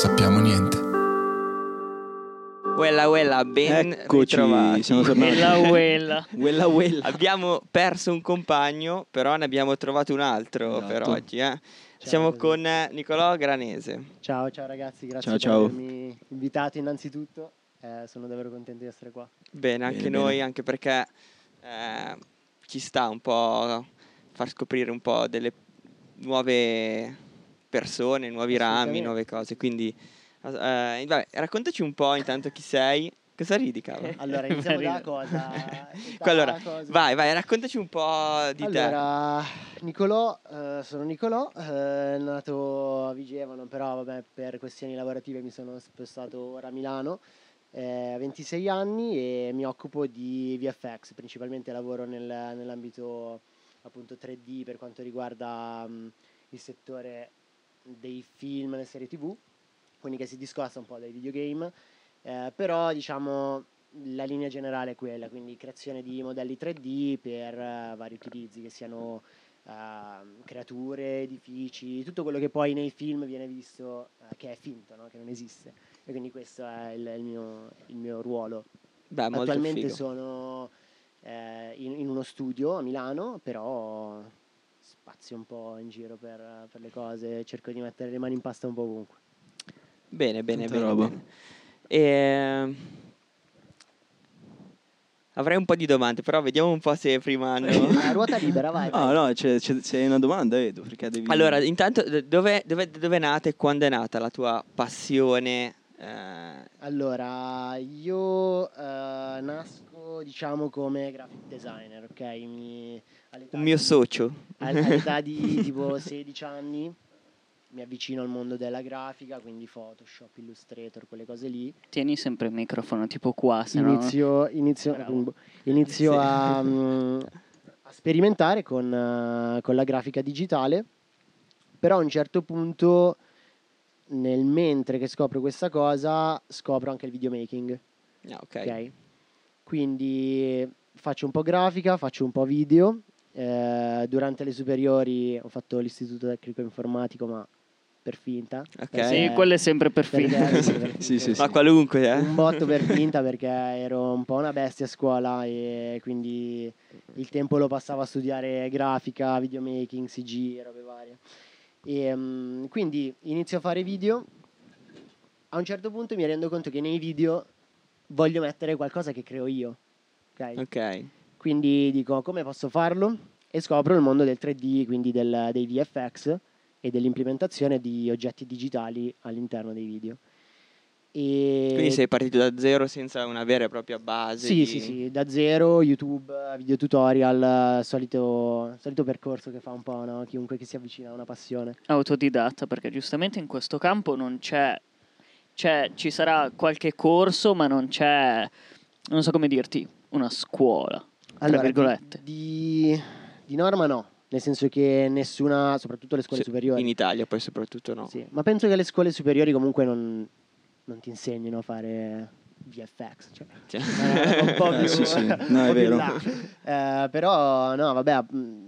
sappiamo niente. Uella, ben Eccoci, ritrovati. siamo tornati. Uella. Abbiamo perso un compagno, però ne abbiamo trovato un altro per Esatto. oggi. Ciao, Siamo così. con Nicolò Granese. Ciao ragazzi, grazie Ciao. per avermi invitato innanzitutto. Sono davvero contento di essere qua. Bene, anche Bene, noi, bene. anche perché ci sta un po' far scoprire un po' delle nuove persone, nuovi rami, Assolutamente. nuove cose. Quindi, vabbè, raccontaci un po' intanto chi sei. Cosa ridi, cavolo? Allora, iniziamo da cosa? Allora, vai, raccontaci un po' di te. Allora, Nicolò, sono Nicolò, nato a Vigevano, però vabbè, per questioni lavorative mi sono spostato ora a Milano. Ho 26 anni e mi occupo di VFX, principalmente lavoro nell'ambito appunto 3D per quanto riguarda il settore dei film e le serie TV, quindi che si discosta un po' dai videogame, però diciamo la linea generale è quella, quindi creazione di modelli 3D per vari utilizzi, che siano creature, edifici, tutto quello che poi nei film viene visto che è finto, no? Che non esiste. E quindi questo è il mio ruolo. Beh, molto Attualmente figo. sono in uno studio a Milano, però spazio un po' in giro per le cose, cerco di mettere le mani in pasta un po' ovunque. Bene. Tanta roba. Avrei un po' di domande, però vediamo un po' se prima hanno... Ruota libera, vai. No, c'è una domanda, Edo, perché devi... Allora, intanto, dove è nata e quando è nata la tua passione? Allora, io nasco diciamo come graphic designer, ok? All'età Un mio di- socio. All'età di tipo 16 anni mi avvicino al mondo della grafica, quindi Photoshop, Illustrator, quelle cose lì. Tieni sempre il microfono tipo qua, se no... Inizio Sì. a sperimentare con la grafica digitale, però a un certo punto, nel mentre che scopro questa cosa, scopro anche il videomaking. Ah, ok. Ok? Quindi faccio un po' grafica, faccio un po' video. Durante le superiori ho fatto l'istituto tecnico informatico, ma per finta. Ok. Perché- Sì, quello è sempre per perché- finta. per Sì, finta. Ma qualunque, Un botto per finta, perché ero un po' una bestia a scuola e quindi il tempo lo passavo a studiare grafica, videomaking, CG e robe varie. E quindi inizio a fare video. A un certo punto mi rendo conto che nei video voglio mettere qualcosa che creo io. Ok? Ok. Quindi dico, come posso farlo? E scopro il mondo del 3D, quindi dei VFX e dell'implementazione di oggetti digitali all'interno dei video. Quindi sei partito da zero senza una vera e propria base Sì, di... sì, da zero, YouTube, video tutorial, solito percorso che fa un po', no? Chiunque che si avvicina a una passione. Autodidatta, perché giustamente in questo campo non c'è... ci sarà qualche corso, ma non c'è... non so come dirti, una scuola, tra virgolette. Di norma no, nel senso che nessuna, soprattutto le scuole superiori. In Italia poi soprattutto no. Sì, ma penso che le scuole superiori comunque non ti insegnino a fare VFX, cioè, Cioè. un po' più, Sì, sì. un No, è po' più vero. là. Però no, vabbè,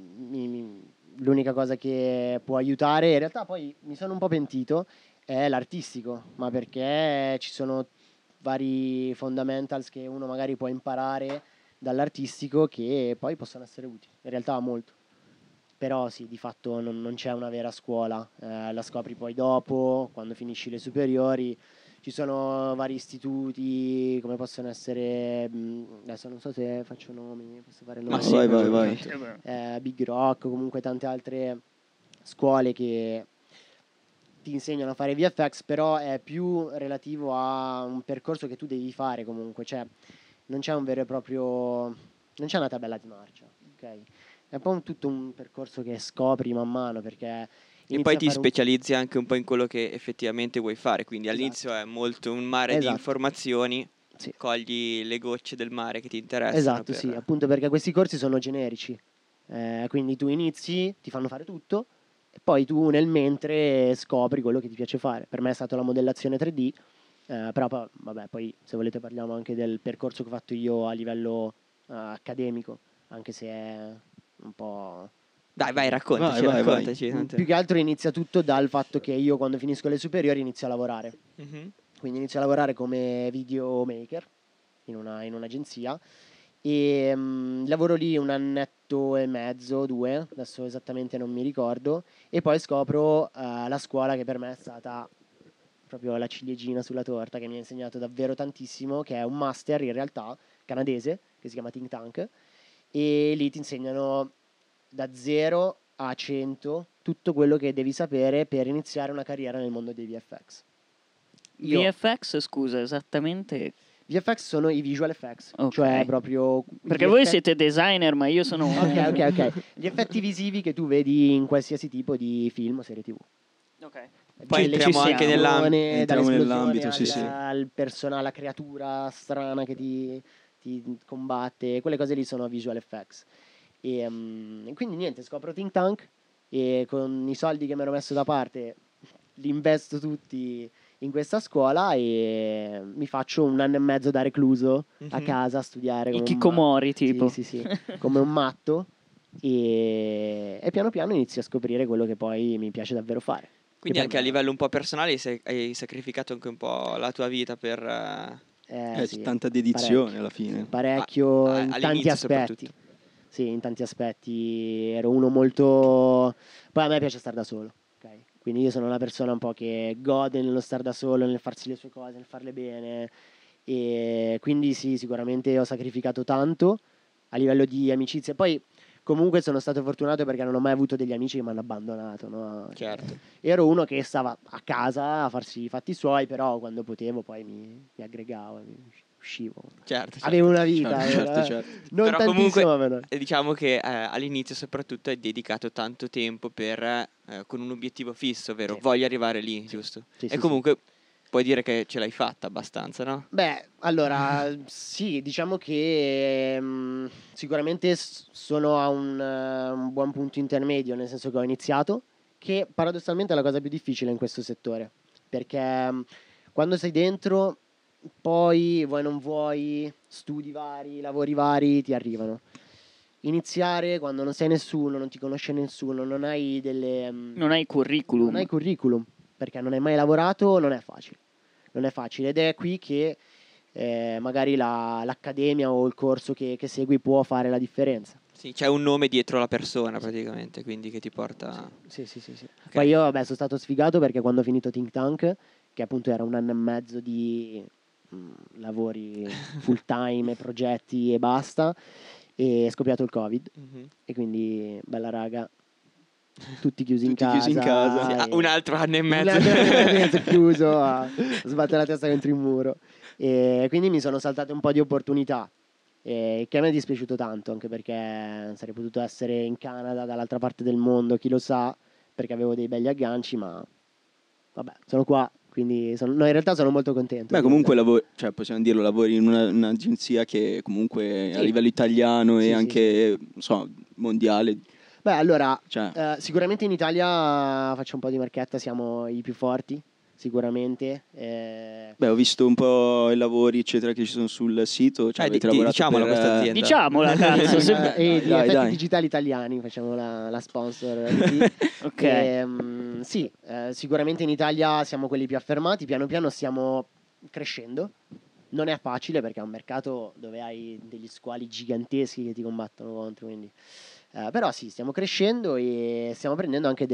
l'unica cosa che può aiutare, in realtà poi mi sono un po' pentito, è l'artistico, ma perché ci sono vari fundamentals che uno magari può imparare dall'artistico che poi possono essere utili, in realtà molto. Però sì, di fatto non c'è una vera scuola, la scopri poi dopo, quando finisci le superiori. Ci sono vari istituti, come possono essere, adesso non so se faccio nomi, posso fare nomi. Ma sì, vai. Big Rock, comunque tante altre scuole che ti insegnano a fare VFX, però è più relativo a un percorso che tu devi fare comunque, cioè non c'è un vero e proprio, non c'è una tabella di marcia, ok? È un po' tutto un percorso che scopri man mano, perché E inizi poi a ti fare specializzi anche un po' in quello che effettivamente vuoi fare, quindi all'inizio è molto un mare di Esatto. informazioni, Sì. cogli le gocce del mare che ti interessano. Esatto, sì, appunto perché questi corsi sono generici, quindi tu inizi, ti fanno fare tutto e poi tu nel mentre scopri quello che ti piace fare. Per me è stata la modellazione 3D, però vabbè, poi se volete parliamo anche del percorso che ho fatto io a livello accademico, anche se è un po' Vai, raccontaci, Vai. raccontaci. Più che altro inizia tutto dal fatto che io quando finisco le superiori inizio a lavorare. Mhm. Quindi inizio a lavorare come videomaker in un'agenzia e lavoro lì un annetto e mezzo, 2, adesso esattamente non mi ricordo, e poi scopro la scuola che per me è stata proprio la ciliegina sulla torta, che mi ha insegnato davvero tantissimo, che è un master in realtà canadese che si chiama Think Tank, e lì ti insegnano da 0 a 100 tutto quello che devi sapere per iniziare una carriera nel mondo dei VFX. VFX, scusa, esattamente. VFX sono i visual effects, Ok. cioè proprio Perché gli voi effetti- siete designer, ma io sono... Ok. Gli effetti visivi che tu vedi in qualsiasi tipo di film o serie TV. Ok. Poi entriamo anche Entriamo nell'ambito, sì. Al personale, la creatura strana che ti combatte, quelle cose lì sono visual effects. E quindi niente, scopro Think Tank e con i soldi che mi ero messo da parte li investo tutti in questa scuola e mi faccio un anno e mezzo da recluso a Mhm. casa a studiare I come un chicomori, tipo. sì, come un matto e piano piano inizio a scoprire quello che poi mi piace davvero fare. Quindi Che anche per a me- livello un po' personale hai sacrificato anche un po' la tua vita per... sì, Tanta dedizione parecchio. alla fine. Parecchio in tanti all'inizio aspetti. soprattutto. Sì, in tanti aspetti ero uno molto... Poi a me piace stare da solo, ok? Quindi io sono una persona un po' che gode nello stare da solo, nel farsi le sue cose, nel farle bene. E quindi sì, sicuramente ho sacrificato tanto a livello di amicizie. Poi comunque sono stato fortunato perché non ho mai avuto degli amici che mi hanno abbandonato, no? Certo. Ero uno che stava a casa a farsi i fatti suoi, però quando potevo poi mi aggregavo, uscivo. Certo. Avevo una vita, Certo. non Però tantissimo, comunque ma no. diciamo che all'inizio soprattutto hai dedicato tanto tempo con un obiettivo fisso, ovvero Sì. voglio arrivare lì, giusto? Sì, E sì, comunque puoi dire che ce l'hai fatta abbastanza, no? Beh, allora, sì, diciamo che sicuramente sono a un buon punto intermedio, nel senso che ho iniziato, che paradossalmente è la cosa più difficile in questo settore, perché quando sei dentro, poi vuoi non vuoi, studi vari, lavori vari, ti arrivano. Iniziare quando non sei nessuno, non ti conosce nessuno, non hai delle... Non hai curriculum. non hai curriculum, perché non hai mai lavorato, non è facile. Non è facile ed è qui che magari l'accademia o il corso che segui può fare la differenza. Sì, c'è un nome dietro la persona praticamente, quindi che ti porta... Sì. Ok. Poi io, vabbè, sono stato sfigato perché quando ho finito Think Tank, che appunto era un anno e mezzo di lavori full time, progetti e basta, e è scoppiato il Covid. Mhm. E quindi, bella raga, tutti chiusi Tutti in casa. chiusi in casa. Sì, e- un altro anno e un mezzo. altro anno e mezzo chiuso a sbattere la testa contro il muro. E quindi mi sono saltate un po' di opportunità. Che a me è dispiaciuto tanto, anche perché sarei potuto essere in Canada, dall'altra parte del mondo, chi lo sa, perché avevo dei belli agganci, ma vabbè, sono qua, quindi no, in realtà sono molto contento. Beh, comunque cioè, possiamo dirlo, lavori in un'agenzia che comunque Sì. a livello italiano Sì, e sì, anche non so, mondiale. Beh, allora, Cioè, sicuramente in Italia faccio un po' di marchetta, siamo i più forti, sicuramente. beh, ho visto un po' i lavori eccetera che ci sono sul sito. Cioè, avete lavorato diciamola per, questa azienda. Diciamola, cazzo. sembra- E di Dai, effetti dai. digitali italiani, facciamo la sponsor di qui. Ok. Sì, sicuramente in Italia siamo quelli più affermati, piano piano stiamo crescendo. Non è facile perché è un mercato dove hai degli squali giganteschi che ti combattono contro, quindi. Però sì, stiamo crescendo e stiamo prendendo anche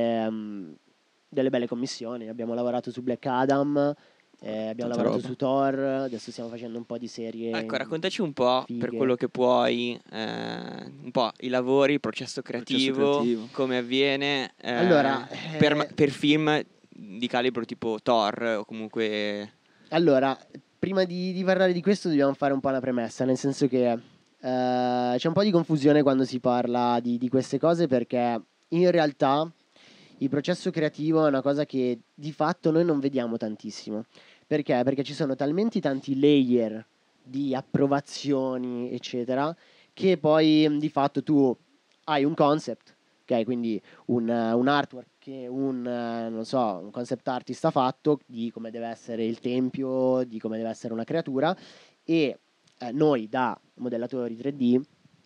delle belle commissioni. Abbiamo lavorato su Black Adam, abbiamo Tanta lavorato roba. su Thor, adesso stiamo facendo un po' di serie. Ecco, raccontaci un po' per fighe. quello che puoi, un po' i lavori, il processo creativo, come avviene Allora, per film di calibro tipo Thor o comunque... Allora, prima di parlare di questo dobbiamo fare un po' una premessa, nel senso che c'è un po' di confusione quando si parla di queste cose perché in realtà il processo creativo è una cosa che di fatto noi non vediamo tantissimo. Perché? Perché ci sono talmente tanti layer di approvazioni, eccetera, che poi di fatto tu hai un concept, ok? Quindi un artwork che non so, un concept artist ha fatto di come deve essere il tempio, di come deve essere una creatura e noi da modellatori 3D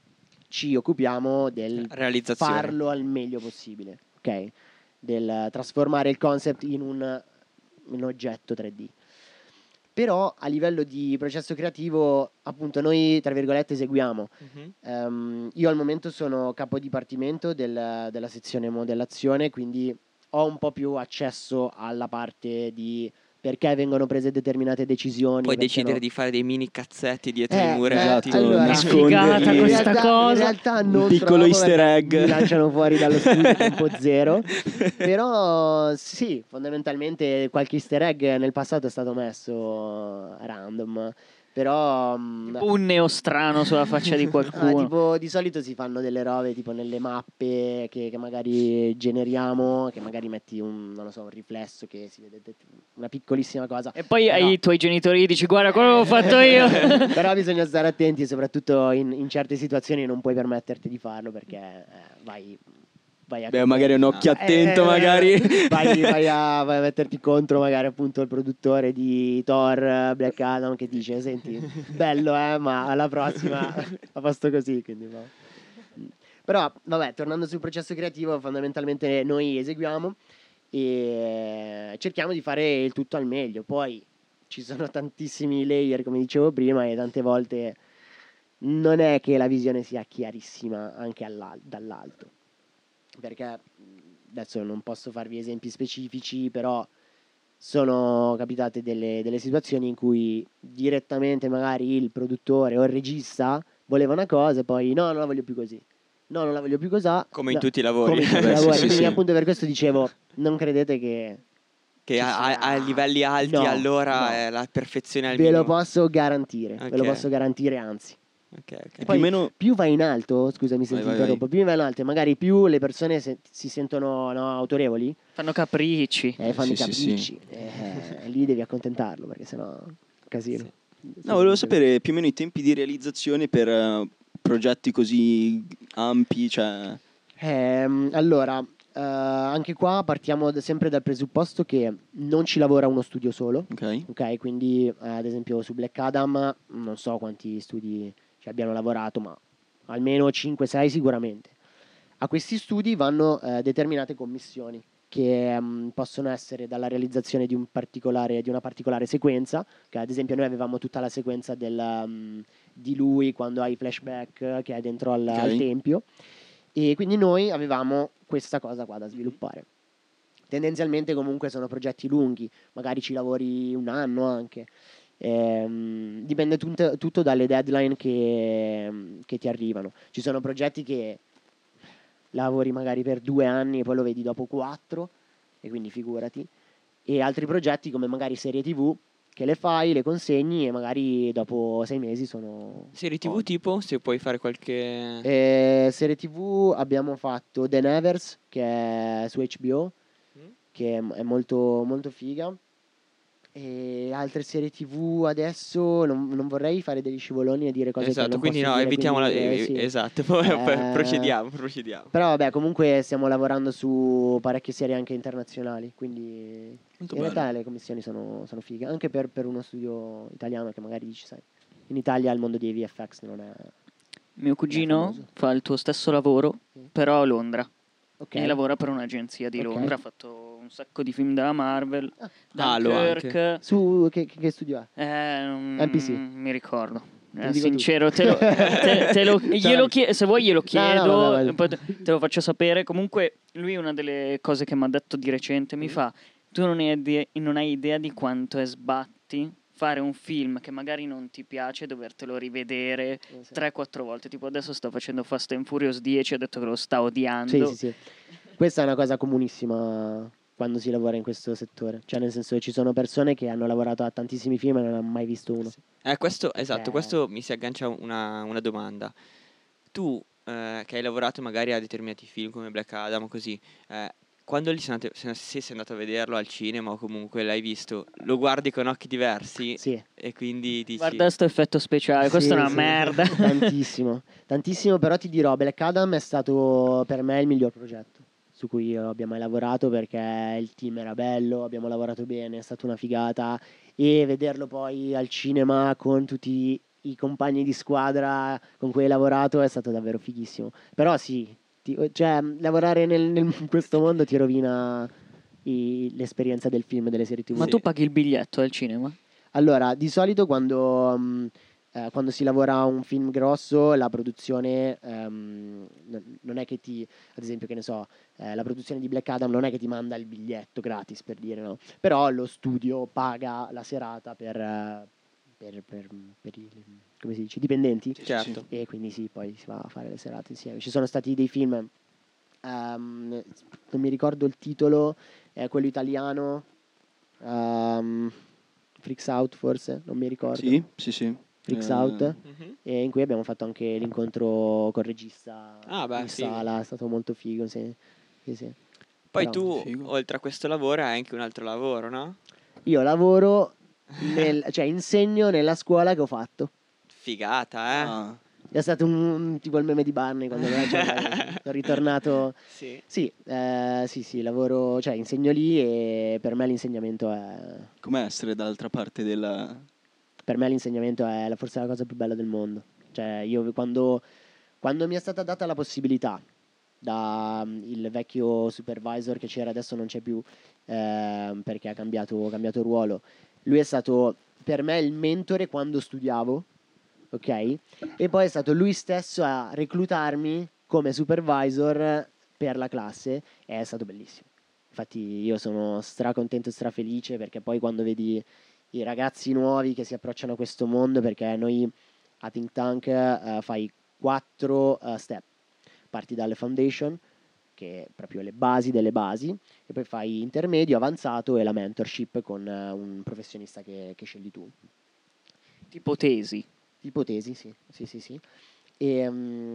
ci occupiamo del Realizzazione. farlo al meglio possibile, ok? Del trasformare il concept in un oggetto 3D. Però a livello di processo creativo, appunto, noi tra virgolette eseguiamo. Io al momento sono capo dipartimento della sezione modellazione, quindi ho un po' più accesso alla parte di perché vengono prese determinate decisioni. Puoi perché decidere no. di fare dei mini cazzetti dietro i muretti. esatto, Allora, nascondere figata in questa realtà, cosa. in realtà non un piccolo trovo, easter perché egg. mi lanciano fuori dallo studio tempo zero. Però sì, fondamentalmente qualche easter egg nel passato è stato messo random. Però Tipo un neo strano sulla faccia di qualcuno. tipo di solito si fanno delle robe tipo nelle mappe che magari generiamo, che magari metti non lo so, un riflesso che si vede una piccolissima cosa. E poi Però- ai tuoi genitori dici guarda quello l'ho fatto io. Però bisogna stare attenti, soprattutto in certe situazioni non puoi permetterti di farlo perché vai a Beh, magari un occhio attento, Eh, magari. vai a metterti contro magari appunto il produttore di Thor, Black Adam, che dice senti, bello ma alla prossima a posto così, quindi no. Però vabbè, tornando sul processo creativo, fondamentalmente noi eseguiamo e cerchiamo di fare il tutto al meglio. Poi ci sono tantissimi layer, come dicevo prima, e tante volte non è che la visione sia chiarissima anche dall'alto. Perché adesso non posso farvi esempi specifici, però sono capitate delle situazioni in cui direttamente magari il produttore o il regista voleva una cosa e poi no, non la voglio più così. No, non la voglio più così. Come in tutti i lavori. Come in tutti i Beh, sì, lavori. sì, Quindi sì. appunto per questo dicevo, non credete che Che ci a sia- livelli alti No, allora no. è la perfezione al Ve lo minimo. posso garantire, ve lo Ok. posso garantire, anzi. Ok, ok. Più o Poi meno- più vai in alto, scusami se Vai, ti vai, interrompo, più vai in alto e magari più le persone si sentono autorevoli, Fanno capricci. fanno i Sì, sì, capricci. Lì devi accontentarlo perché sennò casino. No, volevo sapere più o meno i tempi di realizzazione per progetti così ampi, cioè... Allora, anche qua partiamo sempre dal presupposto che non ci lavora uno studio solo. Ok. Ok, quindi ad esempio su Black Adam non so quanti studi ci abbiano lavorato, ma almeno 5-6 sicuramente. A questi studi vanno determinate commissioni che possono essere dalla realizzazione di una particolare sequenza, che ad esempio noi avevamo tutta la sequenza di lui quando ha i flashback che è dentro al tempio, e quindi noi avevamo questa cosa qua da sviluppare. Tendenzialmente comunque sono progetti lunghi, magari ci lavori un anno anche. Dipende tutto dalle deadline che ti arrivano. Ci sono progetti che lavori magari per 2 anni e poi lo vedi dopo 4, e quindi figurati. E altri progetti come magari serie TV che le fai, le consegni e magari dopo 6 mesi sono... Serie TV tipo, se puoi fare qualche... Serie TV abbiamo fatto The Nevers, che è su HBO, che è molto, molto figa. E altre serie TV adesso non vorrei fare degli scivoloni e dire cose che Esatto, non quindi posso no, dire, evitiamola. quindi, sì. Esatto, poi Eh, procediamo. Però vabbè, comunque stiamo lavorando su parecchie serie anche internazionali, quindi Molto in bello. realtà le commissioni sono fighe, anche per uno studio italiano che magari dici, sai, in Italia il mondo dei VFX non è... Mio cugino famoso. fa il tuo stesso lavoro, però a Londra. Ok. E lavora per un'agenzia di Ok. Londra. Ha fatto un sacco di film della Marvel. Halo Dunkirk. Su che studio è? Non NPC. mi ricordo. Te dico Sincero, se vuoi glielo chiedo, no, vabbè. poi te lo faccio sapere. Comunque, lui una delle cose che mi ha detto di recente mi fa: tu non hai idea di quanto è sbatti fare un film che magari non ti piace, dovertelo rivedere Sì. 3-4 volte. Tipo adesso sto facendo Fast and Furious 10, ha detto che lo sta odiando. Sì. Questa è una cosa comunissima quando si lavora in questo settore. Cioè, nel senso, ci sono persone che hanno lavorato a tantissimi film e non hanno mai visto uno. Questo, esatto, questo mi si aggancia una domanda. Tu, che hai lavorato magari a determinati film come Black Adam o così, quando se sei andato a vederlo al cinema o comunque l'hai visto, lo guardi con occhi diversi Sì. e quindi dici... Guarda sto effetto speciale, questa è una merda. Tantissimo, però ti dirò, Black Adam è stato per me il miglior progetto su cui io abbia mai lavorato, perché il team era bello, abbiamo lavorato bene, è stata una figata, e vederlo poi al cinema con tutti i compagni di squadra con cui hai lavorato è stato davvero fighissimo. Però sì, cioè, lavorare in questo mondo ti rovina l'esperienza del film e delle serie TV. Ma tu paghi il biglietto al cinema? Allora, di solito quando si lavora a un film grosso, la produzione non è che ad esempio, che ne so, la produzione di Black Adam non è che ti manda il biglietto gratis, per dire, no? Però lo studio paga la serata per i, come si dice, dipendenti. Certo. E quindi sì, poi si va a fare le serate insieme. Ci sono stati dei film, non mi ricordo il titolo, quello italiano, Freaks Out forse, non mi ricordo. Sì. Freaks Out, Mhm. e in cui abbiamo fatto anche l'incontro col regista in figo. sala, è stato molto figo, sì. Poi Però tu, figo. oltre a questo lavoro, hai anche un altro lavoro, no? io lavoro, cioè insegno nella scuola che ho fatto. Figata, eh? Ah, È stato tipo il meme di Barney quando sono ritornato. Sì. Sì, lavoro, cioè insegno lì, e per me l'insegnamento com'è essere dall'altra parte della... forse la cosa più bella del mondo. Cioè io quando mi è stata data la possibilità da il vecchio supervisor che c'era, adesso non c'è più, perché ha cambiato ruolo. Lui è stato per me il mentore quando studiavo, ok? E poi è stato lui stesso a reclutarmi come supervisor per la classe, e è stato bellissimo. Infatti io sono stracontento e strafelice, perché poi quando vedi i ragazzi nuovi che si approcciano a questo mondo, perché noi a Think Tank fai 4 step. Parti dalle foundation, che è proprio le basi delle basi, e poi fai intermedio, avanzato e la mentorship con un professionista che scegli tu. Tipo tesi. Ipotesi, sì. E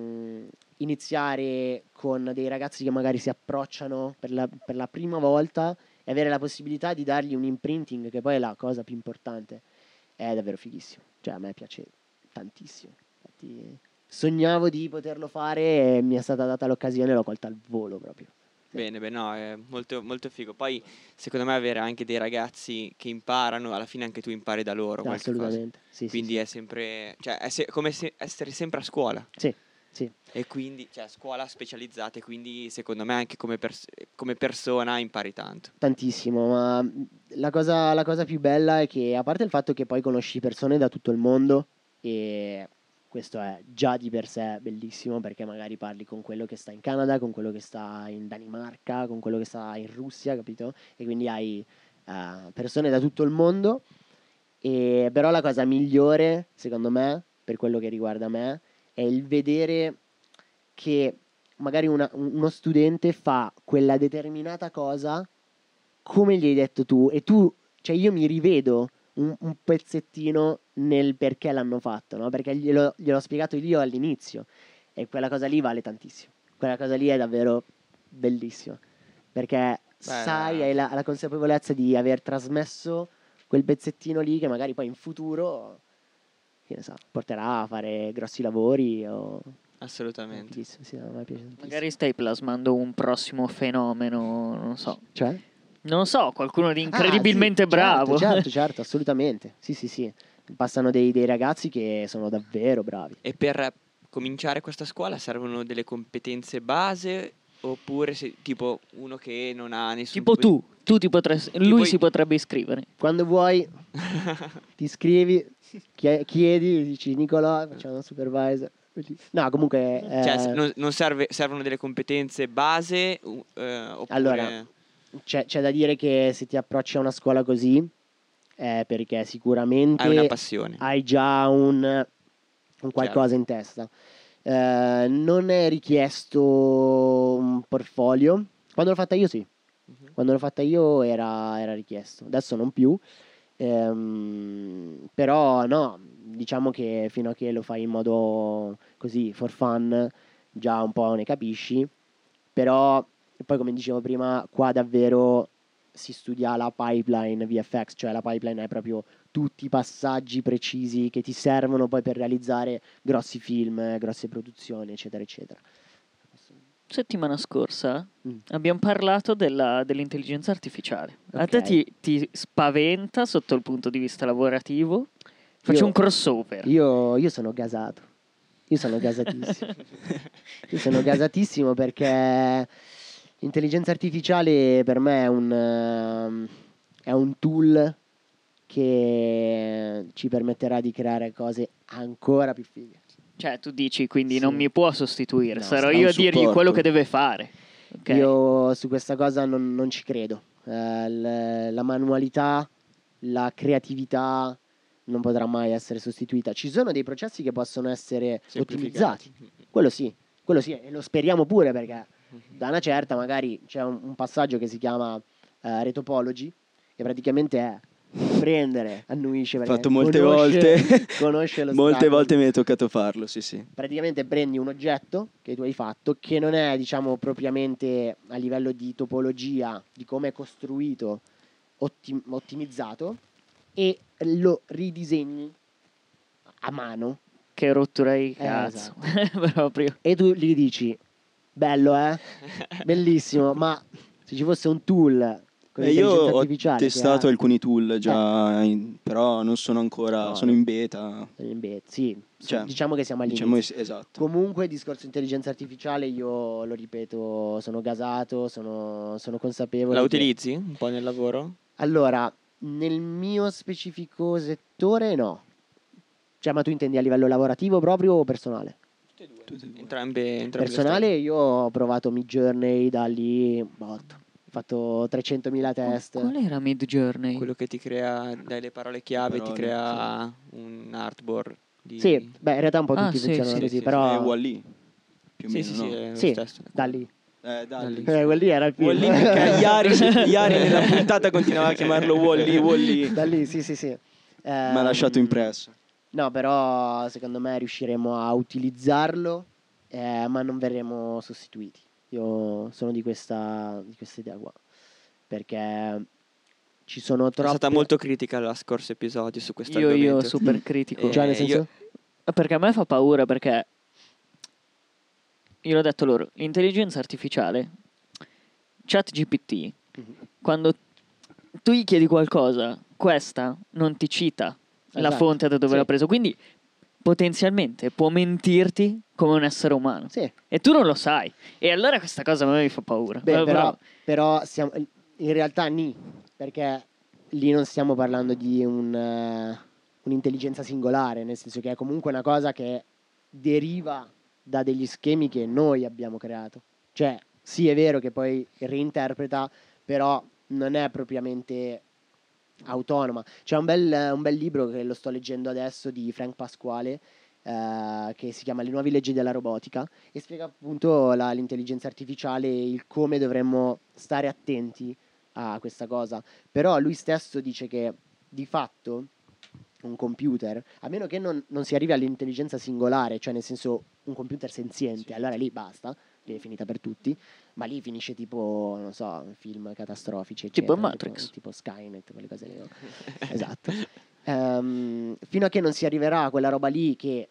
iniziare con dei ragazzi che magari si approcciano per la prima volta e avere la possibilità di dargli un imprinting, che poi è la cosa più importante, è davvero fighissimo. Cioè a me piace tantissimo. Infatti, sognavo di poterlo fare e mi è stata data l'occasione e l'ho colta al volo proprio. Bene, no, è molto, molto figo. Poi, secondo me, avere anche dei ragazzi che imparano, alla fine anche tu impari da loro qualche cosa. Assolutamente. Sì, Quindi sì. è sempre, cioè, è come essere sempre a scuola. Sì. E quindi, cioè, scuola specializzata, e quindi, secondo me, anche come persona impari tanto. Tantissimo, ma la cosa più bella è che, a parte il fatto che poi conosci persone da tutto il mondo, e questo è già di per sé bellissimo, perché magari parli con quello che sta in Canada, con quello che sta in Danimarca, con quello che sta in Russia, capito? E quindi hai persone da tutto il mondo. E però la cosa migliore, secondo me, per quello che riguarda me, è il vedere che magari uno studente fa quella determinata cosa come gli hai detto tu, e tu, cioè io mi rivedo un pezzettino nel perché l'hanno fatto, no? Perché gliel'ho spiegato io all'inizio, e quella cosa lì vale tantissimo. Quella cosa lì è davvero bellissima, perché sai, hai la consapevolezza di aver trasmesso quel pezzettino lì che magari poi in futuro, che ne so, porterà a fare grossi lavori o... Assolutamente. Sì, a me piace tantissimo. Magari stai plasmando un prossimo fenomeno, non so. Cioè? Non lo so, qualcuno di incredibilmente sì, bravo. Certo, assolutamente. Sì. Passano dei ragazzi che sono davvero bravi. E per cominciare questa scuola servono delle competenze base, oppure tipo uno che non ha nessun Tipo tipo tu ti potresti, lui si potrebbe iscrivere. Quando vuoi ti iscrivi, chiedi, dici Nicolò, facciamo un supervisor. No, comunque... Cioè, non servono delle competenze base, oppure... Allora, c'è da dire che se ti approcci a una scuola così, è perché sicuramente Hai una passione. hai già un qualcosa in testa. Non è richiesto un portfolio. Quando l'ho fatta io sì. Quando l'ho fatta io era richiesto. Adesso non più. Però no, diciamo che fino a che lo fai in modo così for fun, già un po' ne capisci. Però poi, come dicevo prima, qua davvero si studia la pipeline VFX, cioè la pipeline è proprio tutti i passaggi precisi che ti servono poi per realizzare grossi film, grosse produzioni, eccetera, eccetera. Settimana scorsa abbiamo parlato dell'intelligenza artificiale. A te Ok. ti spaventa sotto il punto di vista lavorativo? Faccio un crossover. Io sono gasato. Io sono gasatissimo. Io sono gasatissimo perché l'intelligenza artificiale per me è un tool che ci permetterà di creare cose ancora più fighe. Cioè, tu dici, quindi Sì. non mi può sostituire, No, sarò sarà io un a dirgli supporto. quello che deve fare. Ok. Io su questa cosa non ci credo. La manualità, la creatività non potrà mai essere sostituita. Ci sono dei processi che possono essere ottimizzati. Quello sì, e lo speriamo pure perché da una certa magari c'è un passaggio che si chiama retopology, che praticamente è prendere, annuisce perché Fatto molte conosce- volte. conosce lo Molte strato. volte mi è toccato farlo, sì. Praticamente prendi un oggetto che tu hai fatto, che non è, diciamo, propriamente a livello di topologia, di come è costruito, ottimizzato, e lo ridisegni a mano. Che rottura di cazzo. Proprio. E tu gli dici, bello bellissimo, ma se ci fosse un tool con Io l'intelligenza ho artificiale che testato ha- alcuni tool già, però non sono ancora, No, sono no. in beta. Sì, Cioè, diciamo che siamo all'inizio. Diciamo, esatto. Comunque, discorso intelligenza artificiale, io lo ripeto, sono gasato, sono consapevole. La che- utilizzi un po' nel lavoro? Allora, nel mio specifico settore no. Cioè, ma tu intendi a livello lavorativo proprio o personale? Entrambe Personale io ho provato Midjourney da lì, botto. Ho fatto 300.000 test. Qual era Mid Journey? quello che ti crea, dai le parole chiave, ti Parole, crea un artboard di... Sì, beh, in realtà un po' Ah, tutti sì, funzionano sì, così, sì, però... Wall-E, più o Sì, meno, sì, no? sì, è lo Sì, stesso. da lì. Dai. Quel lì era il film. Wall-E perché Iari nella puntata continuava a chiamarlo Wall-E. Da lì, sì. Mi ha lasciato impresso. No, però secondo me riusciremo a utilizzarlo, ma non verremo sostituiti. Io sono di questa idea qua. Perché ci sono È troppe... stata molto critica la scorso episodio su questo Io argomento. super critico. Cioè, nel senso... Perché a me fa paura perché io l'ho detto loro, l'intelligenza artificiale, ChatGPT, quando tu gli chiedi qualcosa, questa non ti cita la Esatto, fonte da dove sì. l'ha preso, quindi potenzialmente può mentirti come un essere umano. Sì. E tu non lo sai. E allora questa cosa a me mi fa paura. Beh, però siamo, in realtà perché lì non stiamo parlando di un'intelligenza singolare, nel senso che è comunque una cosa che deriva da degli schemi che noi abbiamo creato. Cioè, sì, è vero che poi reinterpreta, però non è propriamente autonoma. C'è un bel libro che lo sto leggendo adesso di Frank Pasquale, che si chiama Le nuove leggi della robotica, e spiega appunto l'intelligenza artificiale e il come dovremmo stare attenti a questa cosa. Però lui stesso dice che di fatto un computer, a meno che non si arrivi all'intelligenza singolare, cioè nel senso un computer senziente, allora lì basta, lì è finita per tutti, ma lì finisce tipo, non so, film catastrofici, Tipo eccetera, Matrix. tipo Skynet, quelle cose lì. No? Esatto. Fino a che non si arriverà a quella roba lì che,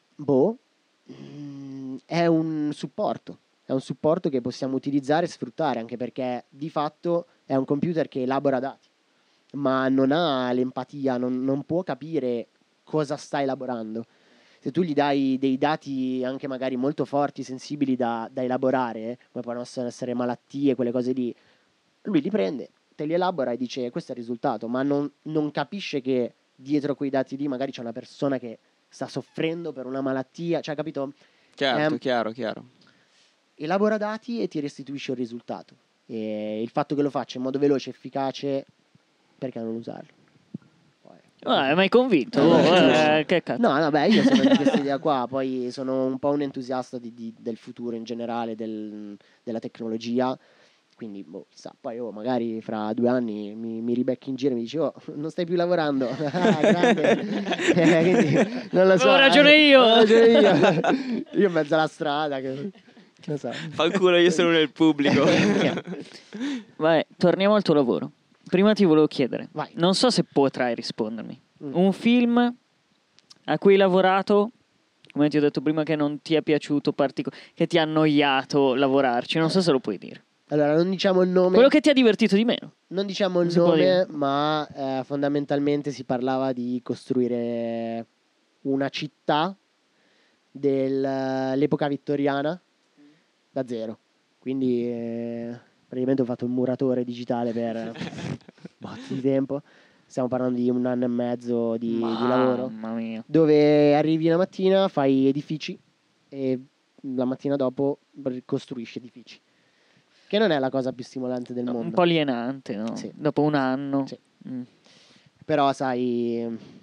è un supporto che possiamo utilizzare e sfruttare, anche perché di fatto è un computer che elabora dati, ma non ha l'empatia, non può capire cosa sta elaborando. Se tu gli dai dei dati anche magari molto forti, sensibili da elaborare, come possono essere malattie, quelle cose lì, lui li prende, te li elabora e dice questo è il risultato, ma non capisce che dietro quei dati lì magari c'è una persona che sta soffrendo per una malattia, cioè, capito? Certo, chiaro. Elabora dati e ti restituisce un risultato. E il fatto che lo faccia in modo veloce e efficace, perché non usarlo? Poi... mi hai convinto. Che cazzo. No, beh, io sono di questa idea qua, poi sono un po' un entusiasta del futuro in generale, della tecnologia, quindi chissà, poi magari fra 2 anni mi ribecchi in giro e mi dici non stai più lavorando. Grande. Quindi, non lo so. Avevo ragione io. Io in mezzo alla strada, che non so. Fa il culo, io sono nel pubblico. Vai, torniamo al tuo lavoro. Prima ti volevo chiedere, Vai. non so se potrai rispondermi. Un film a cui hai lavorato, come ti ho detto prima, che non ti è piaciuto che ti ha annoiato lavorarci, non so se lo puoi dire. Allora, non diciamo il nome. Quello che ti ha divertito di meno. Non diciamo il Non si può dire. nome, ma fondamentalmente si parlava di costruire una città dell'epoca vittoriana da zero. Quindi praticamente ho fatto un muratore digitale per botti di tempo. Stiamo parlando di 1 anno e mezzo di lavoro. Mamma mia. Dove arrivi una mattina, fai edifici e la mattina dopo costruisci edifici. Che non è la cosa più stimolante del Un mondo. po' alienante, no? Sì. Dopo un anno. Sì. Mm. Però sai,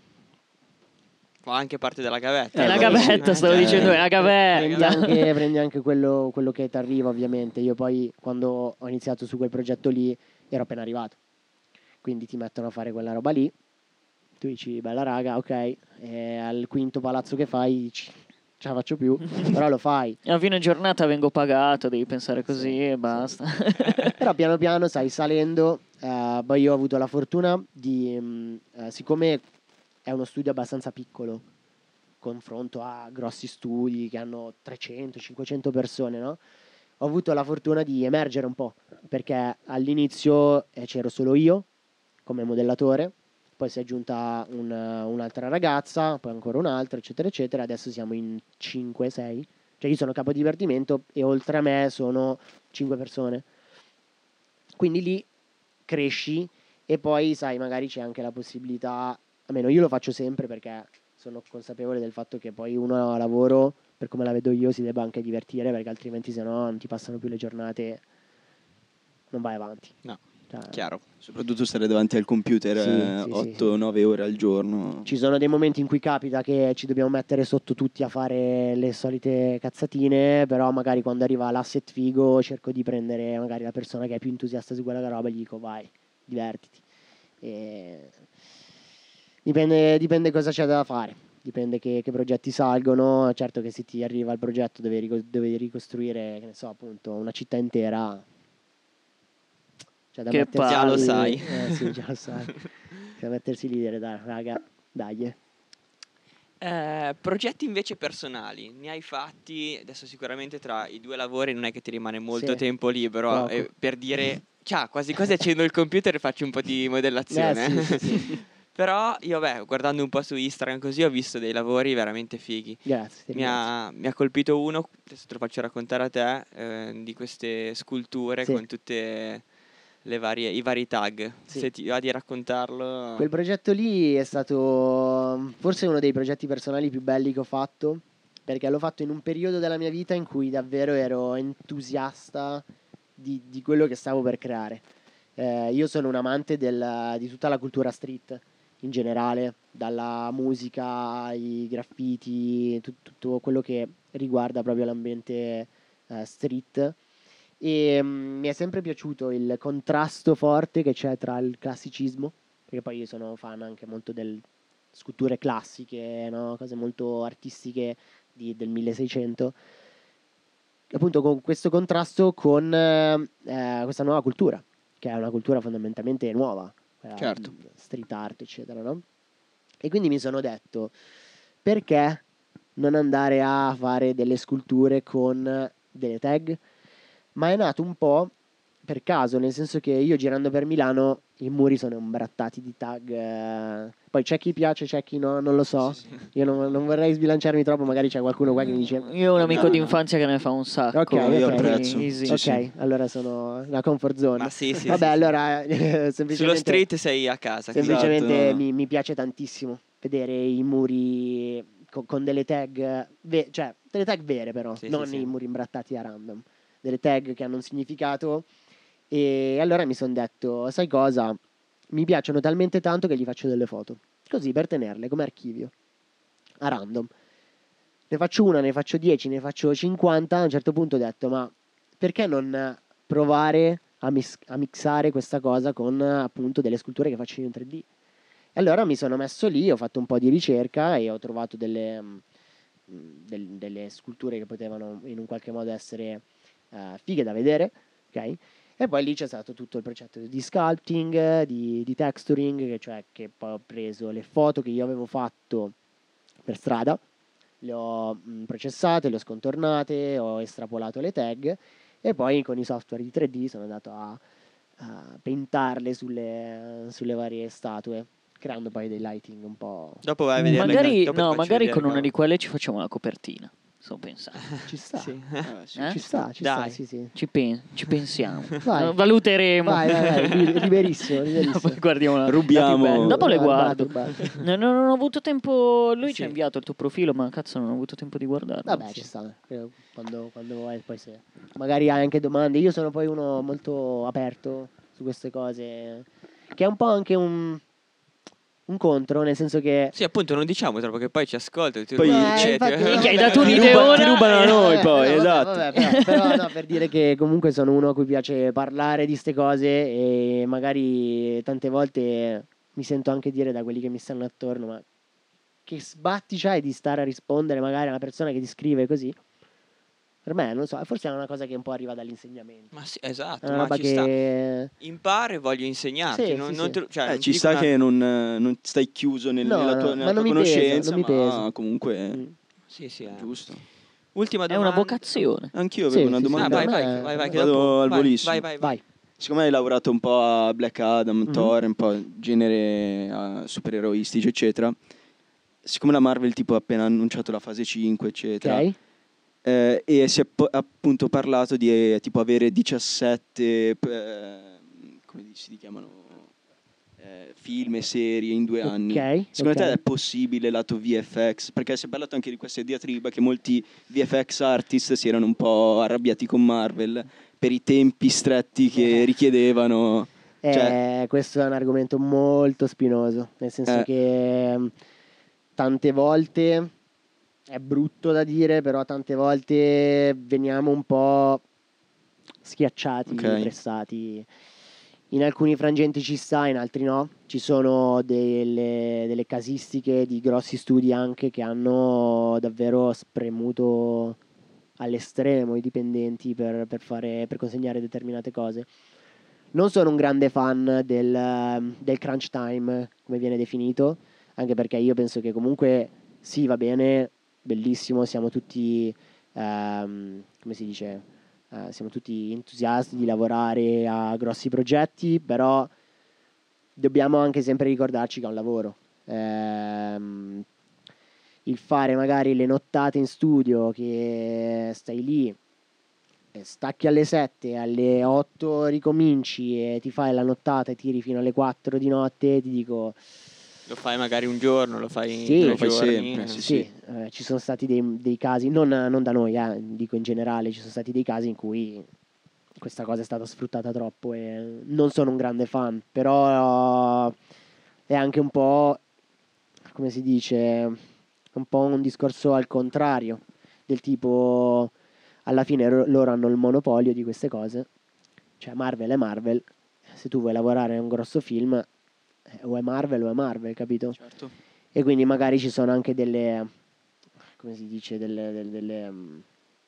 Fa anche parte della gavetta. È la vabbè, gavetta, sì. stavo dicendo, è la prendi gavetta. anche, prendi anche quello che ti arriva, ovviamente. Io poi quando ho iniziato su quel progetto lì ero appena arrivato. Quindi ti mettono a fare quella roba lì. Tu dici, bella raga, ok. E al quinto palazzo che fai dici, ce la faccio più. Però lo fai. E a fine giornata vengo pagato, devi pensare così Sì, e basta. Però piano piano, sai, salendo, poi io ho avuto la fortuna di, siccome è uno studio abbastanza piccolo, confronto a grossi studi che hanno 300-500 persone, no? Ho avuto la fortuna di emergere un po', perché all'inizio c'ero solo io come modellatore, poi si è aggiunta un'altra ragazza, poi ancora un'altra, eccetera, eccetera. Adesso siamo in 5-6. Cioè io sono capo dipartimento e oltre a me sono 5 persone. Quindi lì cresci e poi, sai, magari c'è anche la possibilità, almeno io lo faccio sempre perché sono consapevole del fatto che poi uno a lavoro, per come la vedo io, si debba anche divertire, perché altrimenti se no non ti passano più le giornate, non vai avanti. No, Cioè, chiaro. Soprattutto stare davanti al computer Sì, sì, 8-9 ore al giorno. Ci sono dei momenti in cui capita che ci dobbiamo mettere sotto tutti a fare le solite cazzatine, però magari quando arriva l'asset figo cerco di prendere magari la persona che è più entusiasta su quella roba e gli dico vai, divertiti. E dipende cosa c'è da fare, dipende che progetti salgono. Certo che se ti arriva il progetto devi ricostruire, che ne so, appunto, una città intera. Cioè da Che mettersi Già lo lì- sai. sì, già lo sai. Da mettersi lì e dire dai, raga, dai. Progetti invece personali, ne hai fatti? Adesso sicuramente tra i 2 lavori non è che ti rimane molto Sì, tempo libero poco. per dire, ciao, quasi quasi accendo il computer e faccio un po' di modellazione. Sì. Però io, guardando un po' su Instagram così, ho visto dei lavori veramente fighi. Grazie, ti ringrazio. Mi ha colpito uno, adesso te lo faccio raccontare a te, di queste sculture Sì. con tutte i vari tag. Sì. Se ti va di raccontarlo. Quel progetto lì è stato forse uno dei progetti personali più belli che ho fatto, perché l'ho fatto in un periodo della mia vita in cui davvero ero entusiasta di quello che stavo per creare. Io sono un amante di tutta la cultura street in generale, dalla musica ai graffiti, tutto quello che riguarda proprio l'ambiente street. E mi è sempre piaciuto il contrasto forte che c'è tra il classicismo, perché poi io sono fan anche molto delle sculture classiche, no? Cose molto artistiche del 1600, appunto con questo contrasto con questa nuova cultura, che è una cultura fondamentalmente nuova, Certo. street art, eccetera, no? E quindi mi sono detto, perché non andare a fare delle sculture con delle tag? Ma è nato un po' per caso, nel senso che io girando per Milano i muri sono imbrattati di tag. Poi c'è chi piace, c'è chi no, non lo so. Sì, sì. Io non vorrei sbilanciarmi troppo, magari c'è qualcuno qua che mi dice Io ho un amico No. d'infanzia che ne fa un sacco. Ok, io ok. apprezzo. Easy. Sì, ok, sì. allora sono una comfort zone. Ma sì, sì, Vabbè, sì, sì. allora semplicemente Sullo street sei a casa. semplicemente Esatto, no. mi piace tantissimo vedere i muri con delle tag, cioè delle tag vere però, Sì, non sì, i sì. muri imbrattati a random, delle tag che hanno un significato. E allora mi sono detto, sai cosa? Mi piacciono talmente tanto che gli faccio delle foto, così per tenerle come archivio, a random. Ne faccio una, ne faccio 10, ne faccio 50. A un certo punto ho detto, ma perché non provare a mixare questa cosa con appunto delle sculture che faccio io in 3D? E allora mi sono messo lì, ho fatto un po' di ricerca e ho trovato delle sculture che potevano in un qualche modo essere fighe da vedere, ok? E poi lì c'è stato tutto il progetto di sculpting, di texturing, che poi ho preso le foto che io avevo fatto per strada, le ho processate, le ho scontornate, ho estrapolato le tag e poi con i software di 3D sono andato paintarle sulle varie statue, creando poi dei lighting un po'... Dopo vai a vedere. Magari con una di quelle ci facciamo la copertina. Sto pensando. Ci sta. Sì. Ci sta, Dai. sì, sì. Ci pensiamo. Vai. Valuteremo. Vai, liberissimo. Poi guardiamo la Rubiamo. la più bella. Dopo le Rubate, guardo. rubate. Non ho avuto tempo. Lui ci Sì. ha inviato il tuo profilo, ma cazzo, non ho avuto tempo di guardarlo. Vabbè, ci sta. Quando vuoi, poi se magari hai anche domande. Io sono poi uno molto aperto su queste cose, che è un po' anche un contro, nel senso che Sì, appunto, non diciamo troppo che poi ci ascolta. Poi infatti, Minchia, hai vabbè, dato ti un'ideona. Ti rubano a noi poi, vabbè, esatto. vabbè, però no, per dire che comunque sono uno a cui piace parlare di ste cose e magari tante volte mi sento anche dire da quelli che mi stanno attorno, ma che sbatti c'hai di stare a rispondere magari a una persona che ti scrive così? Per me, non so, forse è una cosa che un po' arriva dall'insegnamento. Ma sì, esatto, È una ma roba ci sta. che... Impara e voglio insegnarti. Sì, non, sì, non sì. te- cioè, non ti Ci dico sta una- che non stai chiuso No, nella tua, no, nella ma tua non mi pesa, conoscenza, non mi ma pesa. comunque Mm. Sì, sì, giusto. Ultima È domanda. una vocazione. Anch'io Sì, avevo una sì, sì. domanda. Vai, per me- vai, che Vado dopo... al vai, volissimo. vai. Vai. Siccome hai lavorato un po' a Black Adam, Mhm. Thor, un po' genere supereroistici, eccetera, siccome la Marvel tipo ha appena annunciato la fase 5, eccetera, Ok? e si è appunto parlato di tipo avere 17 come si chiamano, film e serie in 2 anni. Ok, Secondo ok. te è possibile lato VFX? Perché si è parlato anche di questa diatriba che molti VFX artist si erano un po' arrabbiati con Marvel per i tempi stretti che richiedevano. Cioè, Questo è un argomento molto spinoso, nel senso Eh. che tante volte è brutto da dire, però tante volte veniamo un po' schiacciati, Ok. pressati. In alcuni frangenti ci sta, in altri no. Ci sono delle casistiche di grossi studi anche che hanno davvero spremuto all'estremo i dipendenti per consegnare determinate cose. Non sono un grande fan del crunch time, come viene definito, anche perché io penso che comunque sì, va bene, bellissimo, siamo tutti, come si dice, siamo tutti entusiasti di lavorare a grossi progetti, però dobbiamo anche sempre ricordarci che è un lavoro. Il fare magari le nottate in studio, che stai lì, stacchi alle 7, alle 8 ricominci e ti fai la nottata e tiri fino alle 4 di notte, ti dico... Lo fai magari un giorno, lo fai Sì, 3 lo fai giorni. sempre, sì. Sì, ci sono stati dei casi, non da noi, dico in generale, ci sono stati dei casi in cui questa cosa è stata sfruttata troppo e non sono un grande fan, però è anche un po', come si dice, un po' un discorso al contrario, del tipo, alla fine loro hanno il monopolio di queste cose, cioè Marvel è Marvel, se tu vuoi lavorare a un grosso film, o è Marvel, capito? Certo. E quindi magari ci sono anche delle, come si dice, non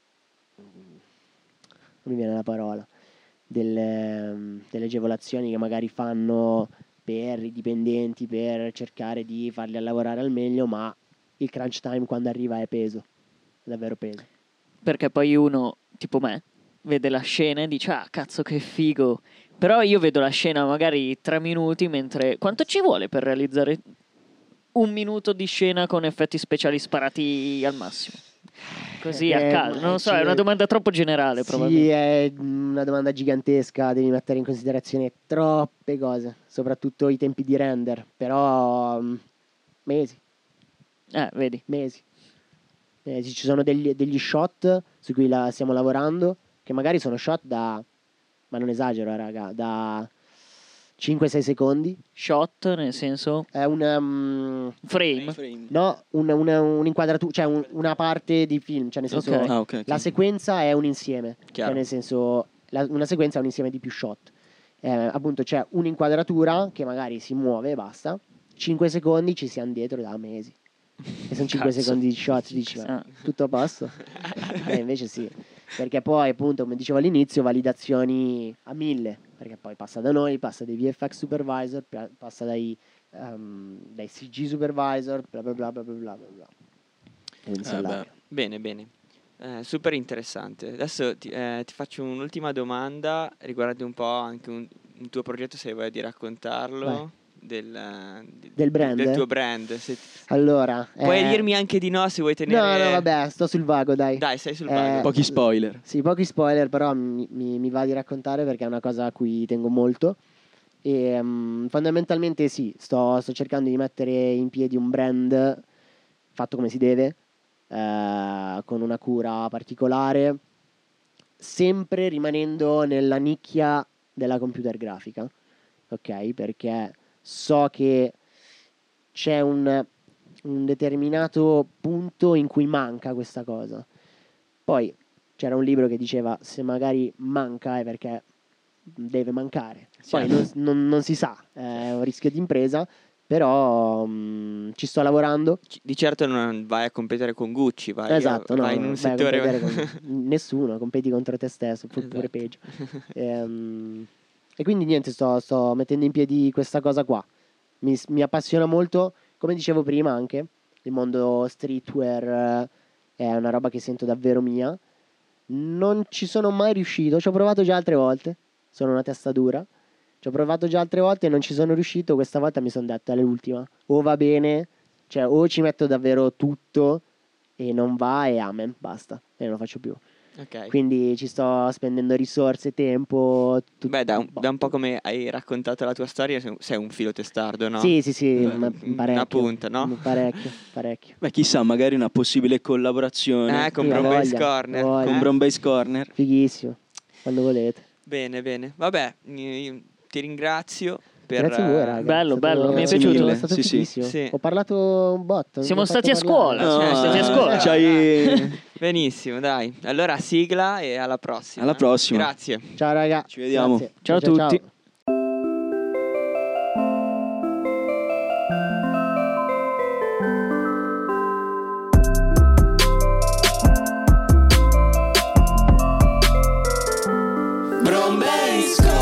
mi viene la parola, delle agevolazioni che magari fanno per i dipendenti per cercare di farli lavorare al meglio, ma il crunch time quando arriva è peso, è davvero peso. Perché poi uno, tipo me, vede la scena e dice, ah, cazzo che figo. Però io vedo la scena magari 3 minuti, mentre... Quanto ci vuole per realizzare 1 minuto di scena con effetti speciali sparati al massimo? Così a caso, non lo so, è una domanda troppo generale Sì, probabilmente. è una domanda gigantesca, devi mettere in considerazione troppe cose, soprattutto i tempi di render, però mesi. Vedi. Ci sono degli shot su cui stiamo lavorando, che magari sono shot ma non esagero, raga, da 5-6 secondi. Shot, nel senso... È Frame. no, un'inquadratura, cioè una parte di film, cioè nel senso Ok. Ok. la sequenza è un insieme, Chiaro. cioè nel senso una sequenza è un insieme di più shot. Appunto c'è un'inquadratura che magari si muove e basta, 5 secondi ci siamo dietro da mesi. E sono 5 Cazzo. secondi di shot, dici, ma Ah. tutto a posto? Invece sì, perché poi appunto, come dicevo all'inizio, validazioni a 1000, perché poi passa da noi, passa dai VFX supervisor, passa dai CG supervisor, bla bla bla bla bla bla bla. E inizia all'aria. Bene. Super interessante. Adesso ti faccio un'ultima domanda riguardante un po' anche un tuo progetto, se hai voglia di raccontarlo. Vai. Del brand? Del tuo brand. Allora, puoi dirmi anche di no se vuoi tenere. No, vabbè, sto sul vago, dai. Dai, sei sul vago. Pochi spoiler. Sì, pochi spoiler, però mi va di raccontare perché è una cosa a cui tengo molto. E fondamentalmente sì, sto cercando di mettere in piedi un brand fatto come si deve, con una cura particolare, sempre rimanendo nella nicchia della computer grafica, ok? Perché so che c'è un determinato punto in cui manca questa cosa. Poi c'era un libro che diceva se magari manca è perché deve mancare. Poi non si sa, è un rischio di impresa, però ci sto lavorando. Di certo non vai a competere con Gucci, vai, Esatto, vai in un settore con nessuno, competi contro te stesso, pure peggio. E quindi niente, sto mettendo in piedi questa cosa qua. Mi appassiona molto, come dicevo prima anche, il mondo streetwear è una roba che sento davvero mia. Non ci sono mai riuscito, ci ho provato già altre volte, sono una testa dura. Ci ho provato già altre volte e non ci sono riuscito. Questa volta mi sono detto, è l'ultima. O va bene, cioè o ci metto davvero tutto e non va e amen, basta. E non lo faccio più. Okay. Quindi ci sto spendendo risorse, tempo. Beh, da un po' come hai raccontato la tua storia, sei un filo testardo, no? Sì, parecchio. Una punta, no? Parecchio. Beh, chissà, magari una possibile collaborazione Con Sì, Brown Base voglia, Corner. voglia. con Brown Base Corner. Fighissimo, quando volete. Bene. Vabbè, io ti ringrazio. Grazie a voi, raga. Bello, È stato- bello, mi è Grazie piaciuto. mille. È stato Sì, sì. fighissimo. Sì. Ho parlato un botto. Siamo mi ha fatto stati a scuola. parlare. Siamo stati a scuola. C'hai... Benissimo, dai. Allora sigla e alla prossima. Alla prossima. Grazie. Ciao raga. Ci vediamo. Grazie. Ciao a tutti.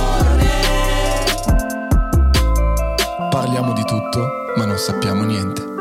Parliamo di tutto, ma non sappiamo niente.